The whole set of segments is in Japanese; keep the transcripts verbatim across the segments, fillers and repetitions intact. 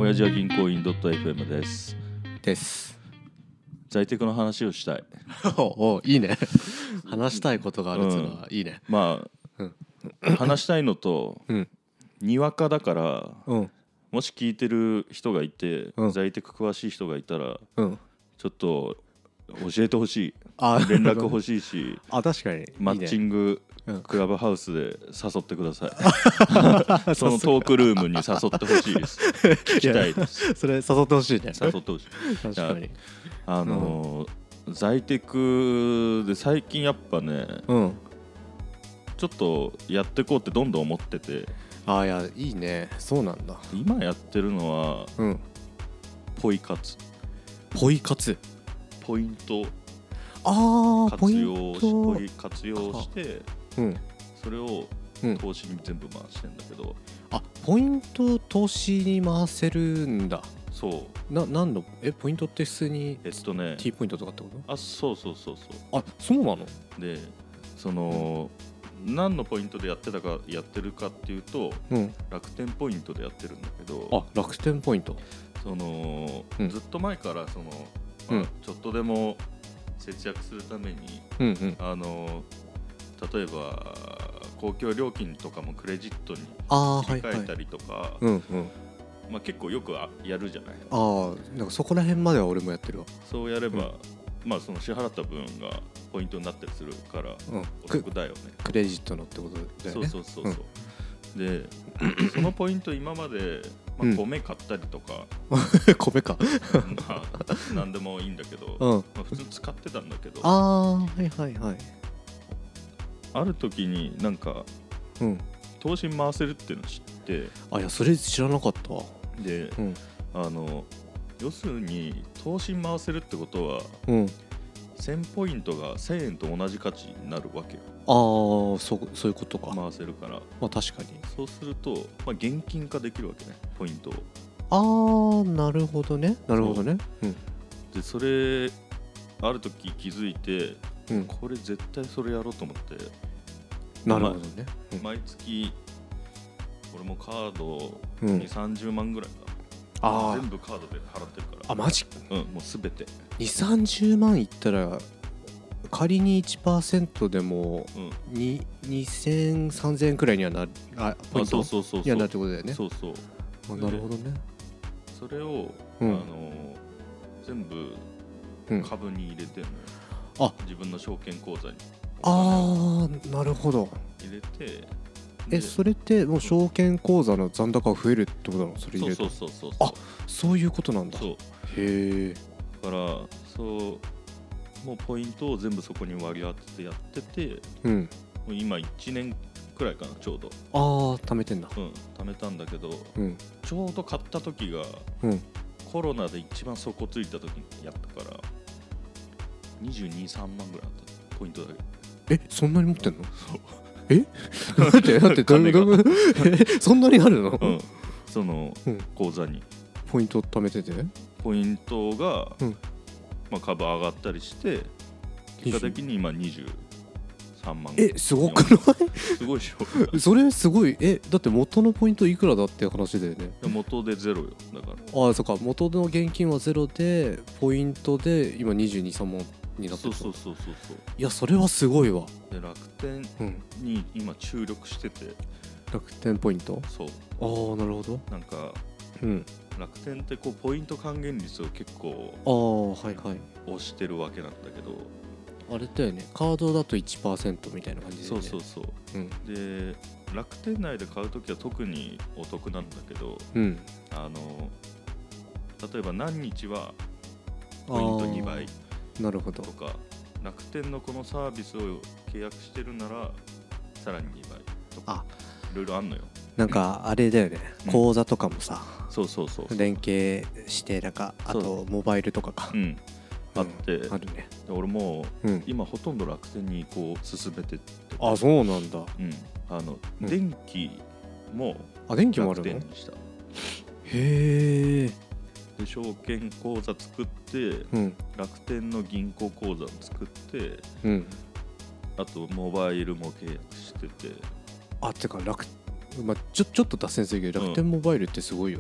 親父は銀行員 .fm ですです在宅の話をしたいおおいいね話したいことがあるっていうのはいいね、 うん、まあ、うん、話したいのと、うん、にわかだから、うん、もし聞いてる人がいて、うん、在宅詳しい人がいたら、うん、ちょっと教えてほしい連絡欲しいしあ確かにいい、ね、 マッチングクラブハウスで誘ってくださいそのトークルームに誘ってほしいです聞きたいですそれ誘ってほしいね誘ってほしい確かにあの、うん、在宅で最近やっぱね、うん、ちょっとやってこうってどんどん思っててあいやいいねそうなんだ今やってるのは、うん、ポイ活ポイ活ポイントあ活用しポイ活用して、うん、それを投資に全部回してんだけど、うん、 あポイント投資に回せるんだそうな何のえポイントって普通にえっとね T ポイントとかってことあそうそうそうそうあそうなのでその、うん、何のポイントでやってたかやってるかっていうと、うん、楽天ポイントでやってるんだけどあ楽天ポイントその、うん、ずっと前からその、まあうん、ちょっとでも節約するために、うんうん、あの例えば公共料金とかもクレジットに切り替えたりとか、はいはいうんうんまあ、結構よくやるじゃないあなんかそこら辺までは俺もやってるわそうやれば、うんまあ、その支払った分がポイントになったりするからお得だよね、 うん、クレジットのってことだよねそうそうそうそう、うん、でそのポイント今まで、まあ、米買ったりとか、 うん、米かまあ何でもいいんだけど、うんまあ、普通使ってたんだけどああはいはいはいある時になんか、うん、投資回せるっていうのを知ってあいやそれ知らなかったわで、うん、あの要するに投資回せるってことは、うん、せんポイントがせんえんと同じ価値になるわけよああそそういうことか回せるからまあ確かにそうすると、まあ、現金化できるわけねポイントをああなるほどねなるほどねそ,、うん、でそれある時気づいて、うん、これ絶対それやろうと思ってなるほどね、 うん、毎月俺もカードにじゅう、さんじゅうまんぐらいかな、うん、全部カードで払ってるからあマジうんもうすべてにじゅう、さんじゅうまんいったら仮に いちパーセント でも、うん、にせん、さんぜんえんくらいにはなるあポイントにはなるってことだよねそうそうあなるほどねそれを、うん、あの全部株に入れてんのよ、うん、あ自分の証券口座にああなるほど入れてえそれってもう証券口座の残高が増えるってことなのそれ入れるとそうそうそうそうあそういうことなんだそうへえだからそうもうポイントを全部そこに割り当ててやってて、うん、もう今いちねんくらいかなちょうどああ貯めてんだうん貯めたんだけど、うん、ちょうど買った時が、うん、コロナで一番底ついた時にやったからにじゅうに、さんまんぐらいあったポイントだけえそんなに持ってんのそうえ待って待ってどういうそんなにあるの、 うん、その、うん、口座にポイント貯めててポイントが、うんまあ、株上がったりして結果的に今にじゅうさんまんえすごくないすごいでしょそれすごいえだって元のポイントいくらだって話だよね元でゼロよだからああそっか元の現金はゼロでポイントで今にじゅうに、さんまんになってるそうそうそうそうそういやそれはすごいわで楽天に今注力してて、うん、 楽天ポイントそうああなるほどなんか、うん、楽天ってこうポイント還元率を結構ああはいはい押してるわけなんだけどあれだよねカードだと いちパーセント みたいな感じで、ね、 そうそうそう、うん、で楽天内で買うときは特にお得なんだけど、うん、あの例えば何日はポイントにばいなるほどとか楽天のこのサービスを契約してるならさらににばいとかいろいろあんのよなんかあれだよね、うん、口座とかもさそうそうそうそう連携してなんかあとモバイルとかかうん、あって、 うん、あるね俺も、うん、今ほとんど楽天にこう進めてってあそうなんだ、 うん、あの、うん、電気もあ電気もあるの楽天にしたへえで証券口座作って、うん、楽天の銀行口座を作って、うん、あとモバイルも契約しててあてか楽、まあ、ちょ, ちょっと脱線するけど楽天モバイルってすごいよね、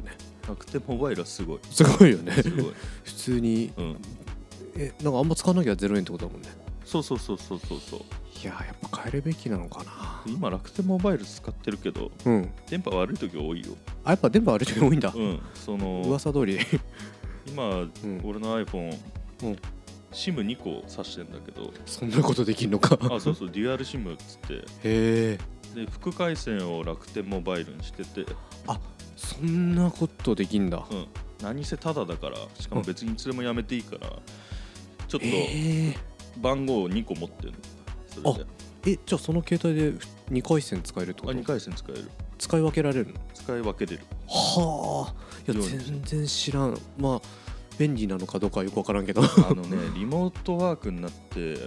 楽天モバイルはすごいすごいよねすごい普通に、うん、えなんかあんま使わなきゃゼロえんってことだもんね。 そうそうそうそうそうそう。 いややっぱ変えるべきなのかな。 今楽天モバイル使ってるけど、うん、電波悪い時多いよ。 あやっぱ電波悪い時多いんだ。 うんその噂通り今、うん、俺の iPhone、うん、シムに 個挿してんだけど。 そんなことできんのかあそうそうデュアルシムっつってへえで副回線を楽天モバイルにしてて。 あそんなことできんだ。 うん何せタダだからしかも別にいつでもやめていいから、うん、ちょっと番号をにこ持ってるの。それであえじゃあその携帯でにかい線使えるってこと？ あにかい線使える。 使い分けられるの？ 使い分けれる。 はあいや全然知らん。まあ便利なのかどうかはよく分からんけどあのねリモートワークになって、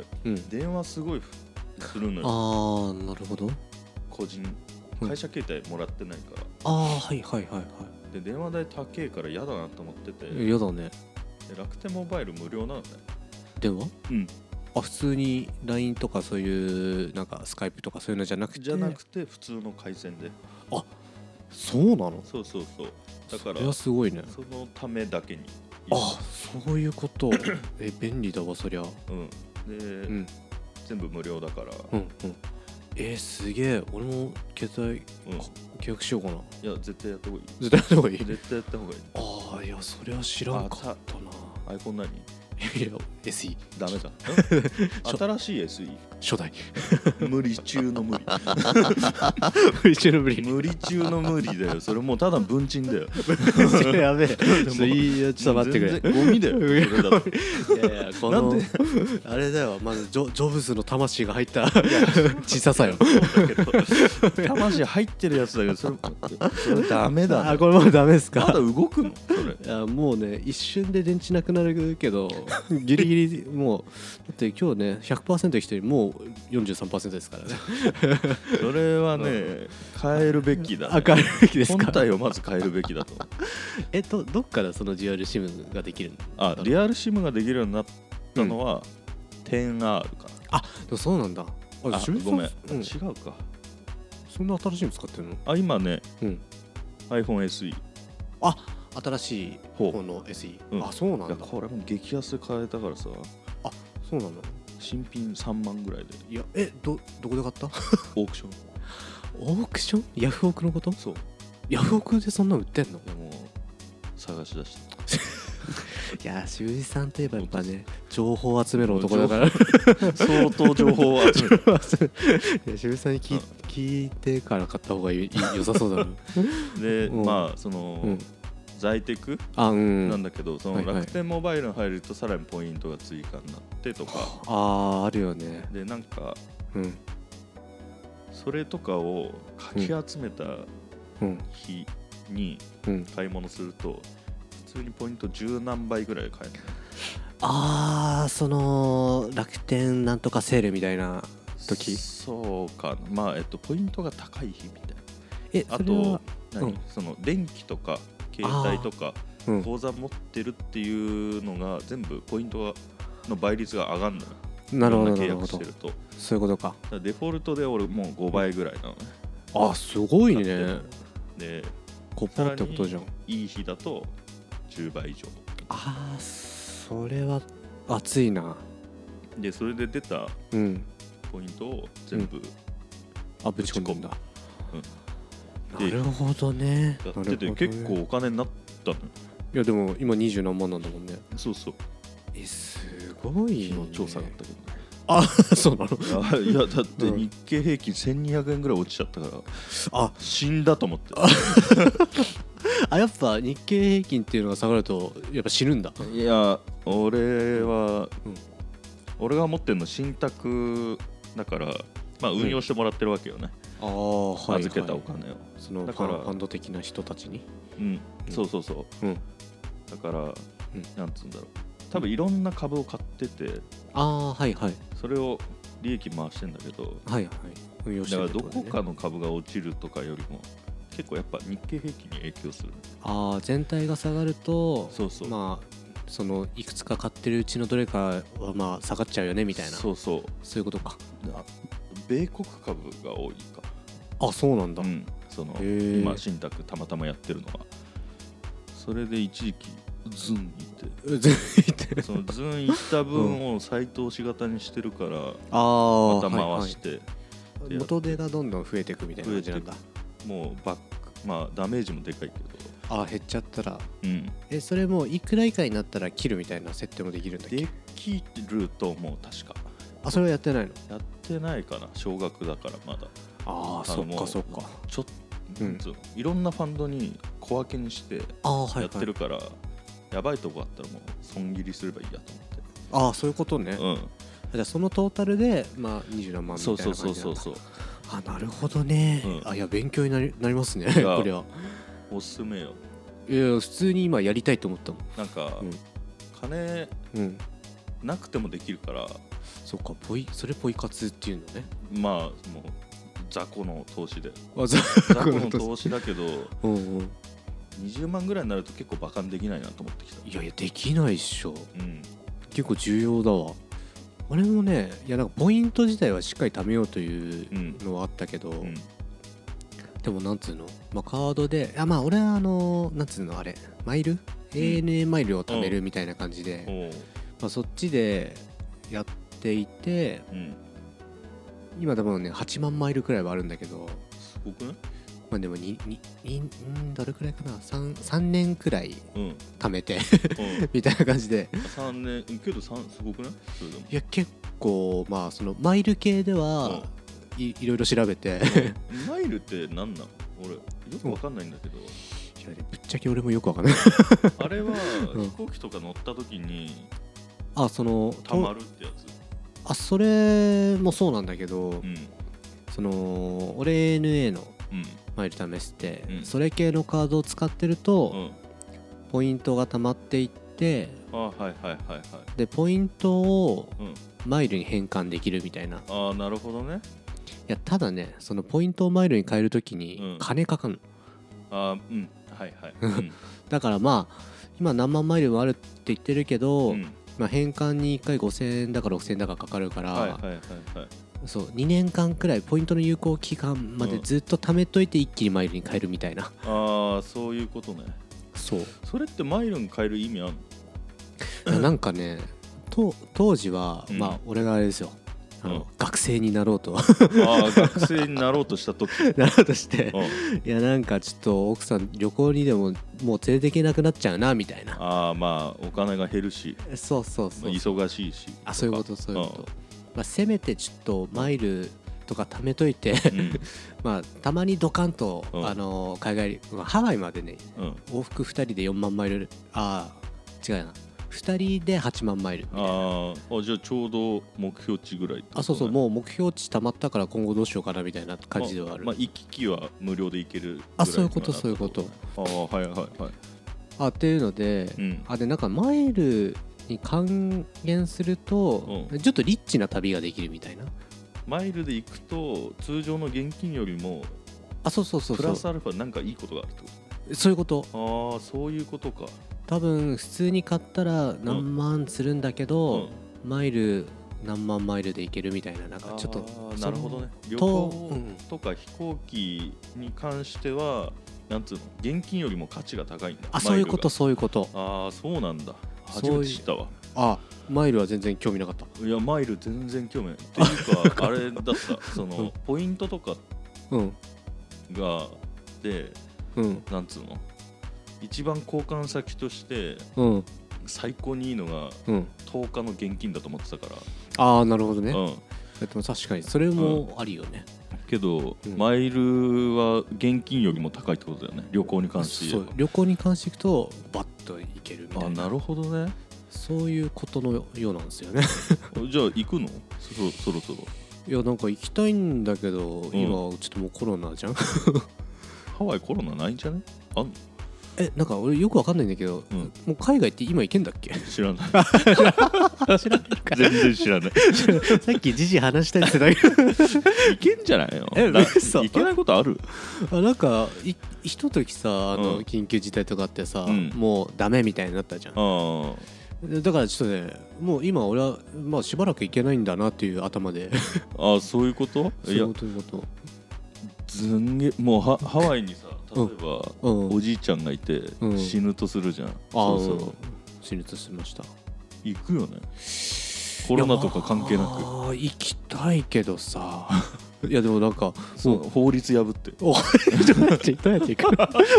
うん、電話すごいするのよ。 ああなるほど。 個人会社携帯もらってないから、 うん、ああはいはいはいはい。 で電話代高えから嫌だなと思ってて。 嫌だね。 で楽天モバイル無料なんだよ。 電話？ うんあ普通に ライン とかそういうなんかスカイプとかそういうのじゃなくてじゃなくて普通の回線で。 あそうなの？ そうそうそうだからそれはすごいね。 そのためだけに。 あそういうことえ便利だわそりゃ。 うんで、うん、全部無料だから。 うんうんえー、すげえ俺も携帯、うん、契約しようかな。 いや絶対やった方がいい。 絶対やった方がいい。 絶対やった方がいい。 ああいやそれは知らんかったな。 iPhone 何？ いや エスイーダメだ新しい エスイー初代無理中の無理無理中の無理無理中の無理だよ。それもうただ文鎮だよやべえちょっと待ってくれゴミだよそれだと。 いやいやこのあれだよまずジョ、ジョブズの魂が入った小ささよ。 魂入ってるやつだけどそれそれダメだ、ね、 あこれもうダメですか。 まだ動くのそれ。 いやもうね一瞬で電池なくなるけどギリギリもうだって今日ね ひゃくパーセント の人にもう よんじゅうさんパーセント ですからね。 それはね変えるべきだ、ね、 あ変えるべきですか。 本体をまず変えるべきだと。 えっとどっからそのデュアルシムができるの？ あデュアルシムができるようになったのは、うん、テンアール かな。 あでもそうなんだ。ああごめん、うん、違うか。 そんな新しいの使ってるの？ あ今ね、うん、iPhone エスイー。 あ新しい方の エスイー、うん、あそうなんだ。 これも激安で買えたからさ。 あそうなの。 新品さんまんぐらいで。 いやえどどこで買った？ オークション。 オークション？ヤフオクのこと？ そうヤフオクでそんな売ってんの？ いやもう探し出していや渋井さんといえばやっぱね情報を集める男だから相当情報を集めるいや渋井さんに聞 い,、うん、聞いてから買った方がいい良さそうだなで、うん、まあその、うん在テクなんだけど、その楽天モバイルに入るとさらにポイントが追加になってとか。 あああるよね。 でなんか、うん、それとかをかき集めた日に買い物すると普通にポイント十何倍ぐらい買える。 ああその楽天なんとかセールみたいな時。 そうかな。まあえっとポイントが高い日みたいな。 えあと何、うん、その電気とか携帯とか口座持ってるっていうのが全部ポイントの倍率が上がるのよ。 なるほど契約してると。 そういうことか。 デフォルトで俺もうごばいぐらいなのね。 あすごいね。 でごパーセントってことじゃん。 いい日だとじゅうばい以上。 ああそれは熱いな。 でそれで出たポイントを全部、うん、 あぶち込んだ。 うんなるほどね。 やってて結構お金になったの。いやでも今にじゅうなんまんなんだもんね。 そうそう。 えすごい、ね。 昨日調査だったけどね。 あそうなの。 いやだって日経平均せんにひゃくえんぐらい落ちちゃったから、あ死んだと思って。 あやっぱ日経平均っていうのが下がるとやっぱ死ぬんだ。 いや俺は、うん、俺が持ってるの信託だから、まあ運用してもらってるわけよね。 うん、あはい、 預けたお金を、はい、 そのだからファンド的な人たちに。 うん、うん、そうそうそう。うん、だから、うん、なんつうんだろう。多分いろんな株を買ってて、 ああはいはい。 それを利益回してんだけど、 はいはい。運用してるだからどこかの株が落ちるとかよりも結構やっぱ日経平均に影響する。 ああ全体が下がると、 そうそう。 まあそのいくつか買ってるうちのどれかはまあ下がっちゃうよねみたいな。 そうそう。 そういうことか。 米国株が多いか。 あそうなんだ。 うん。その今信託たまたまやってるのは。 それで一時期ズン行ってズン行ってそのズン行った分を再投資型にしてるから、うん、 あまた回して、はいはい、元手がどんどん増えていくみたいな感じなんだ。 もうバックまあダメージもでかいけど、 あ減っちゃったら、 うん、 えそれもいくら以下になったら切るみたいな設定もできるんだっけ？ できると思う確か。 あそれはやってないの？ やってないかな、少額だからまだ。 ああそっかそっか。 ちょっと、うん、いろんなファンドに小分けにしてやってるから、はいはい、やばいとこあったらもう損切りすればいいやと思って。 ああそういうことね、 うん、 じゃあそのトータルでまあにじゅうなんまんみたいな感じなんだ。 そうそうそうそう。 あなるほどね、うん、あいや勉強になり、なりますねこれは。 おすすめよ。 いや普通に今やりたいと思ったもん。 なんか、うん、金、うん、なくてもできるから。 そっかポイそれポイ活っていうのね。 まあもう雑魚の投資で。 あ雑魚の投資だけどうん、うん、 にじゅうまんぐらいになると結構バカにできないなと思ってきた。 いやいやできないっしょ、 うん、 結構重要だわ。俺もねいやなんかポイント自体はしっかり貯めようというのはあったけど、うんうん、でもなんつうの、まあ、カードであまあ俺はあのなんつうのあれマイル、うん、エーエヌエー マイルを貯めるみたいな感じで、うんまあ、そっちでやっていて、うん、今多分ねはちまんマイルくらいはあるんだけど。 すごくない？ まあでもにににんどれくらいかな 3, 3年くらい貯めて、うん、みたいな感じでさんねんけどさんすごくない？それでもいや結構まあそのマイル系では、うん、い, いろいろ調べて、 うん、マイルって何なの？俺よく分かんないんだけど、うん、いやぶっちゃけ俺もよく分かんないあれは飛行機とか乗った時にあそのたまるってやつ？ あそれもそうなんだけど、うん、その俺 エーエヌエー のマイル試して、うん、それ系のカードを使ってると、うん、ポイントが溜まっていってあ、はいはいはいはい、 でポイントをマイルに変換できるみたいな。 ああなるほどね。いやただねそのポイントをマイルに変えるときに金かかるの、 うん、あうんはいはい、うん、 だからまあ今何万マイルもあるって言ってるけど、うんまあ、変換にいっかいごせんえんだかろくせんえんだかかかるから、はいはいはいはい、そうにねんかんくらいポイントの有効期間までずっと貯めといて一気にマイルに変えるみたいな、 うん、ああそういうことね。 そうそれってマイルに変える意味あるの？なんかねと当時は、うん、まあ俺があれですよあの、うん、学生になろうとあ学生になろうとした時なろうとして、うん、いやなんかちょっと奥さん旅行にでももう連れていけなくなっちゃうなみたいな。 ああまあお金が減るしそうそうそう、 忙しいしあそういうことそういうこと、うんまあ、せめてちょっとマイルとか貯めといて、うん、まあたまにドカンと、うん、あの海外ハワイまでね、うん、往復ふたりでよんまんマイルああ違うなふたりではちまんマイルみたいな。 ああじゃあちょうど目標値ぐらい、ね、 あそうそうもう目標値たまったから今後どうしようかなみたいな感じではある。 まあ、まあ、行き来は無料で行けるぐらい。 あそういうことそういうこと。 あはいはいはいあっていうので、うん、あでなんかマイルに還元すると、うん、ちょっとリッチな旅ができるみたいな。 マイルで行くと通常の現金よりもあそうそうそうそうプラスアルファなんかいいことがあるってこと？ そういうこと。 ああそういうことか。多分普通に買ったら何万するんだけど、うん、マイル何万マイルで行けるみたいななんかちょっとなるほどね。旅行とか飛行機に関してはなんつうの現金よりも価値が高いんだ。 あそういうことそういうこと。 ああそうなんだ。初めて知ったわ。 あマイルは全然興味なかった。 いやマイル全然興味ないっていうかあれだったその、うん、ポイントとかがで、うん、なんつうの一番交換先として、うん、最高にいいのが、うん、とおかの現金だと思ってたから。 ああなるほどね、うん、でも確かにそれもありよね、 うん、けど、うん、マイルは現金よりも高いってことだよね旅行に関して言えば。 そう旅行に関していくとバッといけるみたいな。 あなるほどね。 そういうことのようなんですよねじゃあ行くの そ, そろそろ。 いやなんか行きたいんだけど、うん、今ちょっともうコロナじゃんハワイコロナないんじゃね？あんの？ えなんか俺よくわかんないんだけど、うん、もう海外って今行けんだっけ？ 知らない知らないか全然知らないさっき時事話したりしてたけど行けんじゃないよ。え行けないことある？ あなんかいひとときさあの、うん、緊急事態とかあってさ、うん、もうダメみたいになったじゃん。あだからちょっとねもう今俺はまあしばらく行けないんだなっていう頭であそういうこと？ そういうこということすんげえもうハハワイにさ例えば、うん、おじいちゃんがいて、うん、死ぬとするじゃん、そうそう、うん、 死ぬとしました。 行くよね、コロナとか関係なく。 ああ行きたいけどさいやでもなんかそう法律破っておどうやってどうやって行く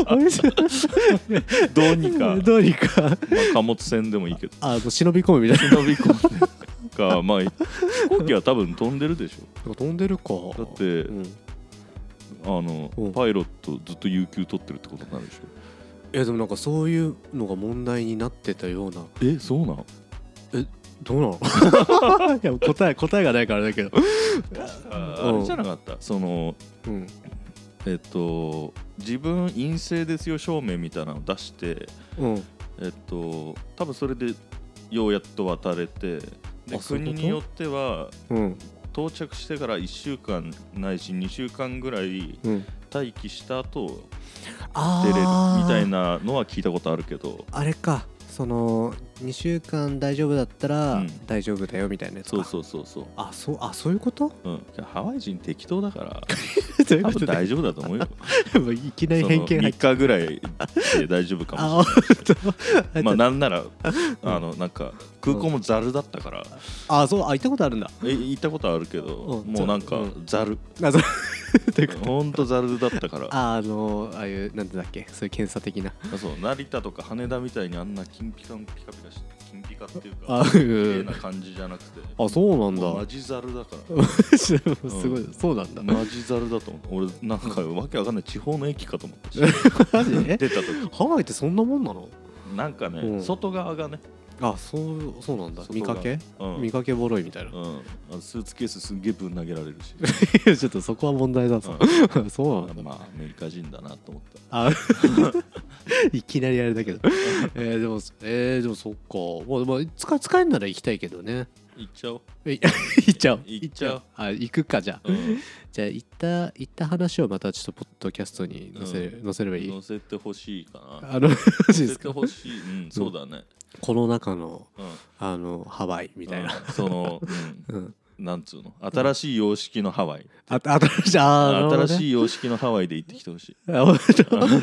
どうにかどうにか、まあ、 貨物船でもいいけどあの忍び込むみたいな忍び込むかまあ飛行機は多分飛んでるでしょ。飛んでるか。 だって、うん、あの、うん、パイロットずっと有給取ってるってことになるでしょ。 いやでもなんかそういうのが問題になってたような。 えそうなの？ えどうなのいや答え答えがないからだけどあれじゃなかった、その、うん、えっと自分陰性ですよ証明みたいなのを出して、うん、えっと多分それでようやっと渡れて、で国によっては、うん、到着してからいっしゅうかんないしにしゅうかんぐらい待機した後、うん、出れるみたいなのは聞いたことあるけど、 あれかそのにしゅうかん大丈夫だったら大丈夫だよみたいなやつか、 うん、そうそうそうそう、 あそうあそういうこと、 うん、ハワイ人適当だから多分大丈夫だと思うよいきなり偏見入っみっかぐらいで大丈夫かもしれないまあなんならあのなんか空港もザルだったから、 あそうあ行ったことあるんだ。 え行ったことあるけど、うん、もうなんかザル、うん、ほんとザルだったからああのああいうなんだっけそういう検査的な、 あそう成田とか羽田みたいにあんな金ピカピカピカして金ピカっていうか綺麗な感じじゃなくて、 あそうなんだ、 マジザルだからすごい、うん、そうなんだ、 マジザルだと思う。俺なんかわけわかんない地方の駅かと思ったしマジで出た時ハワイってそんなもんなの？ なんかね、うん、外側がね、 あそうそうなんだ、見かけ、うん、見かけボロいみたいな、 うん、スーツケースすんげえぶん投げられるしちょっとそこは問題だぞ、うん、そうなんだ、 まあアメリカ人だなと思った。 あいきなりあれだけどえー、でもえー、でもそっか、まあ、まあ、使, 使えるなら行きたいけどね。 行っちゃおう行っちゃおう行っちゃおうあ行くかじゃあ、うん、じゃあ行った行った話をまたちょっとポッドキャストに載せ、うん、載せればいい？ 載せてほしいかな。 あの載せてほしい、うん、そうだね。 この中の、うん、あのハワイみたいな、 うん、その、うんうんなんつうの新しい様式のハワイ、 あ新しいあ新しい様式のハワイで行ってきてほしい。ああじゃあ、まあまあ、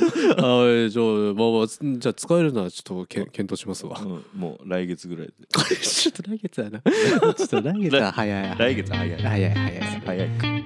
じゃあ使えるのはちょっとけ検討しますわ、 うん、もう来月ぐらいでちょっと来月だなちょっと来月は早い来月は早い早い早い早いか